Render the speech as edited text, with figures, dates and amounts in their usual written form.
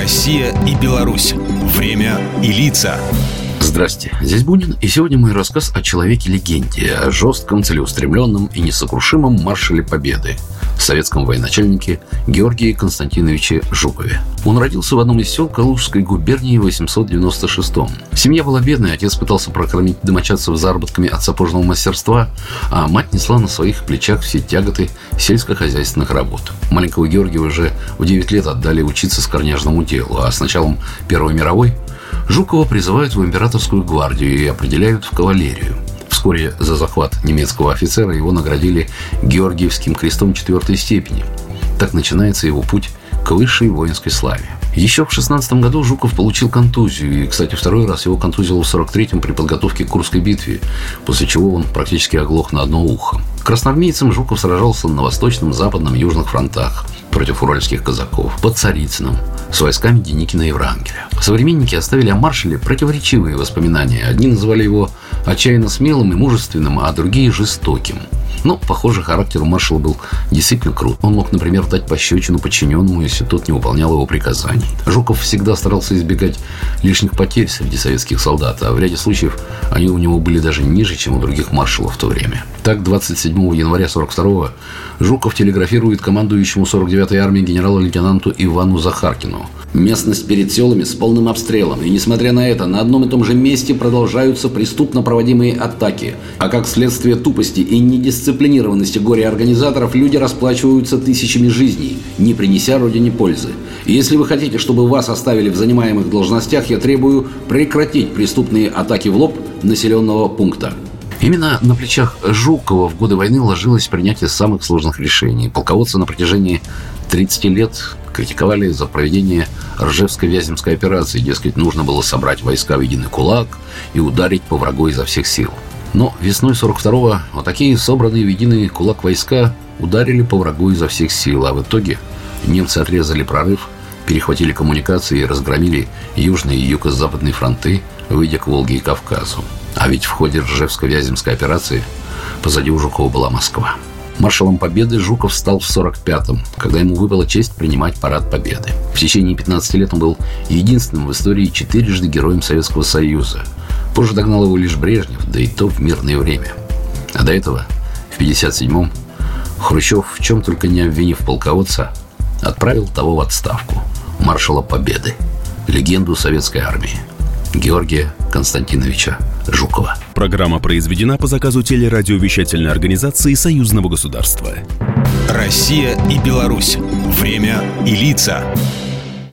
Россия и Беларусь. Время и лица. Здрасте, здесь Бунин, и сегодня мой рассказ о человеке-легенде, о жестком, целеустремленном и несокрушимом маршале Победы, советском военачальнике Георгии Константиновиче Жукове. Он родился в одном из сел Калужской губернии в 896-м. Семья была бедная, отец пытался прокормить домочадцев заработками от сапожного мастерства, а мать несла на своих плечах все тяготы сельскохозяйственных работ. Маленького Георгия уже в 9 лет отдали учиться скорняжному делу, а с началом Первой мировой Жукова призывают в императорскую гвардию и определяют в кавалерию. Вскоре за захват немецкого офицера его наградили Георгиевским крестом 4-й степени. Так начинается его путь к высшей воинской славе. Еще в 16 году Жуков получил контузию, и, кстати, второй раз его контузило в 43-м при подготовке к Курской битве, после чего он практически оглох на одно ухо. Красноармейцем Жуков сражался на Восточном, Западном, Южных фронтах против уральских казаков, под Царицыным, с войсками Деникина и Врангеля. Современники оставили о маршале противоречивые воспоминания. Одни называли его отчаянно смелым и мужественным, а другие – жестоким. Но, похоже, характер у маршала был действительно крут. Он мог, например, дать пощечину подчиненному, если тот не выполнял его приказаний. Жуков всегда старался избегать лишних потерь среди советских солдат, а в ряде случаев они у него были даже ниже, чем у других маршалов в то время. Так, 27 января 1942-го Жуков телеграфирует командующему 49-й армией генералу-лейтенанту Ивану Захаркину: «Местность перед селами с полным обстрелом, и, несмотря на это, на одном и том же месте продолжаются преступно проводимые атаки. А как следствие тупости и недисциплинированности горе-организаторов, люди расплачиваются тысячами жизней, не принеся родине пользы. И если вы хотите, чтобы вас оставили в занимаемых должностях, я требую прекратить преступные атаки в лоб населенного пункта». Именно на плечах Жукова в годы войны ложилось принятие самых сложных решений. Полководцы на протяжении 30 лет критиковали за проведение Ржевско-Вяземской операции. Дескать, нужно было собрать войска в единый кулак и ударить по врагу изо всех сил. Но весной 42-го вот такие собранные в единый кулак войска ударили по врагу изо всех сил, а в итоге немцы отрезали прорыв, перехватили коммуникации и разгромили южные и юго-западные фронты, выйдя к Волге и Кавказу. А ведь в ходе Ржевско-Вяземской операции позади у Жукова была Москва. Маршалом Победы Жуков стал в 1945-м, когда ему выпала честь принимать парад Победы. В течение 15 лет он был единственным в истории четырежды героем Советского Союза. Позже догнал его лишь Брежнев, да и то в мирное время. А до этого, в 1957-м, Хрущев, в чем только не обвинив полководца, отправил того в отставку, маршала Победы, легенду советской армии, Георгия Константиновича Жукова. Программа произведена по заказу телерадиовещательной организации Союзного государства. Россия и Беларусь. Время и лица.